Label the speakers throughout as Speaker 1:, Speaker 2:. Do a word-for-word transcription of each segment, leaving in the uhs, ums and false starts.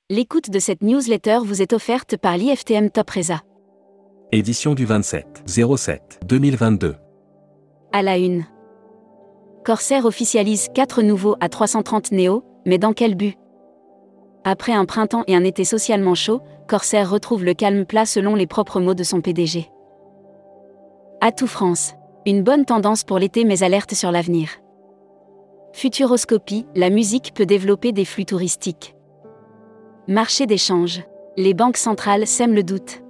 Speaker 1: L'écoute de cette newsletter vous est offerte par l'I F T M Top Reza.
Speaker 2: Édition du vingt-sept zéro sept deux mille vingt-deux.
Speaker 1: À la une. Corsair officialise quatre nouveaux A trois cent trente Neo, mais dans quel but? Après un printemps et un été socialement chaud, Corsair retrouve le calme plat selon les propres mots de son P D G. Atout France. Une bonne tendance pour l'été mais alerte sur l'avenir. Futuroscopie, la musique peut développer des flux touristiques. Marché d'échange. Les banques centrales sèment le doute.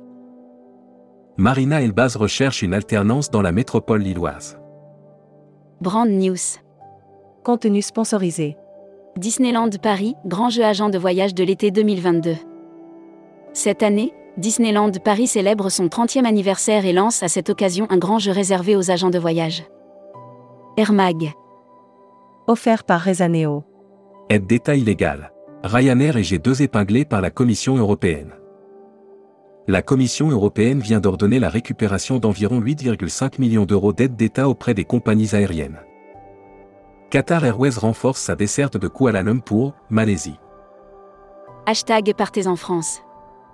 Speaker 2: Marina Elbaz recherche une alternance dans la métropole lilloise.
Speaker 1: Brand News.
Speaker 3: Contenu sponsorisé.
Speaker 1: Disneyland Paris, grand jeu agent de voyage de l'été deux mille vingt-deux. Cette année, Disneyland Paris célèbre son trentième anniversaire et lance à cette occasion un grand jeu réservé aux agents de voyage. Air Mag.
Speaker 3: Offert par Rezaneo.
Speaker 2: Aide d'État illégale. Ryanair et G deux épinglés par la Commission européenne. La Commission européenne vient d'ordonner la récupération d'environ huit virgule cinq millions d'euros d'aide d'État auprès des compagnies aériennes. Qatar Airways renforce sa desserte de Kuala Lumpur, Malaisie.
Speaker 1: Hashtag Partez en France.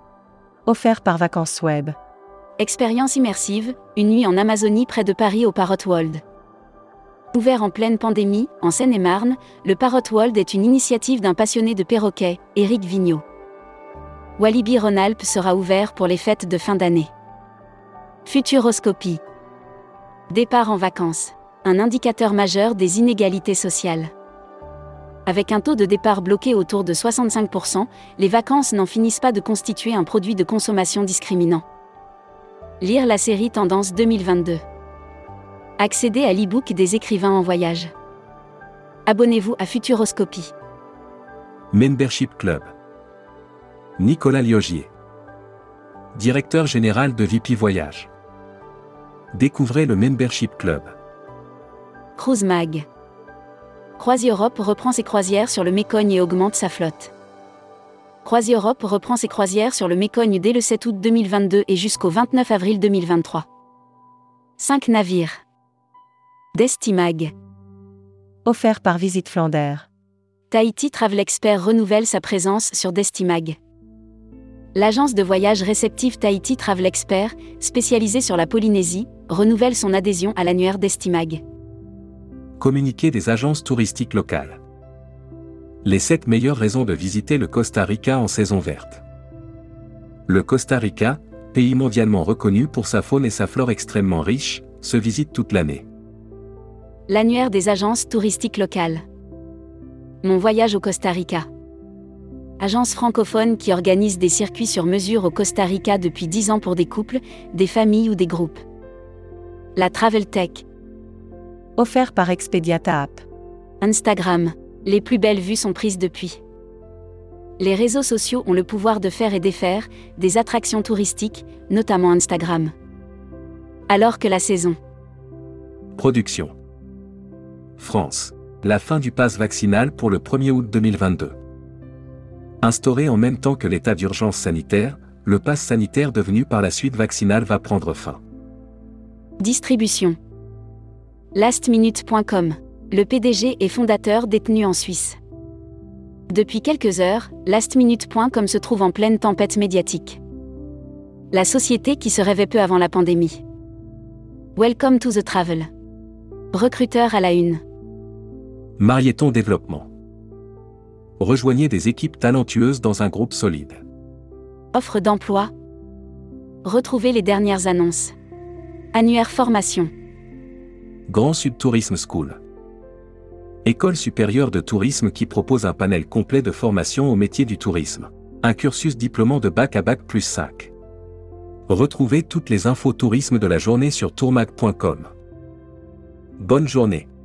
Speaker 3: Offert par Vacances Web.
Speaker 1: Expérience immersive, une nuit en Amazonie près de Paris au Parrot World. Ouvert en pleine pandémie, en Seine-et-Marne, le Parrot World est une initiative d'un passionné de perroquets, Éric Vigneault. Walibi Rhône-Alpes sera ouvert pour les fêtes de fin d'année. Futuroscopie. Départ en vacances. Un indicateur majeur des inégalités sociales. Avec un taux de départ bloqué autour de soixante-cinq pour cent, les vacances n'en finissent pas de constituer un produit de consommation discriminant. Lire la série Tendance deux mille vingt-deux. Accéder à l'e-book des écrivains en voyage. Abonnez-vous à Futuroscopie.
Speaker 2: Membership Club. Nicolas Liogier. Directeur général de V P Voyage. Découvrez le Membership Club.
Speaker 1: Cruise Mag. CroisiEurope reprend ses croisières sur le Mécogne et augmente sa flotte. CroisiEurope reprend ses croisières sur le Mécogne dès le sept août deux mille vingt-deux et jusqu'au vingt-neuf avril deux mille vingt-trois. cinq navires. Destimag.
Speaker 3: Offert par Visite Flandre.
Speaker 1: Tahiti Travel Expert renouvelle sa présence sur Destimag. L'agence de voyage réceptive Tahiti Travel Expert, spécialisée sur la Polynésie, renouvelle son adhésion à l'annuaire Destimag.
Speaker 2: Communiqué des agences touristiques locales. Les sept meilleures raisons de visiter le Costa Rica en saison verte. Le Costa Rica, pays mondialement reconnu pour sa faune et sa flore extrêmement riches, se visite toute l'année.
Speaker 1: L'annuaire des agences touristiques locales. Mon voyage au Costa Rica. Agence francophone qui organise des circuits sur mesure au Costa Rica depuis dix ans pour des couples, des familles ou des groupes. La Travel Tech.
Speaker 3: Offert par Expediata App.
Speaker 1: Instagram. Les plus belles vues sont prises depuis. Les réseaux sociaux ont le pouvoir de faire et défaire des attractions touristiques, notamment Instagram. Alors que la saison.
Speaker 2: Production. France. La fin du pass vaccinal pour le premier août deux mille vingt-deux. Instauré en même temps que l'état d'urgence sanitaire, le pass sanitaire devenu par la suite vaccinal va prendre fin.
Speaker 1: Distribution. last minute point com. Le P D G et fondateur détenu en Suisse. Depuis quelques heures, last minute point com se trouve en pleine tempête médiatique. La société qui se rêvait peu avant la pandémie. Welcome to the travel. Recruteur à la une.
Speaker 2: Marieton Développement. Rejoignez des équipes talentueuses dans un groupe solide.
Speaker 1: Offre d'emploi. Retrouvez les dernières annonces. Annuaire formation.
Speaker 2: Grand Sud Tourisme School. École supérieure de tourisme qui propose un panel complet de formation au métier du tourisme. Un cursus diplômant de bac à bac plus cinq. Retrouvez toutes les infos tourisme de la journée sur tourmag point com. Bonne journée.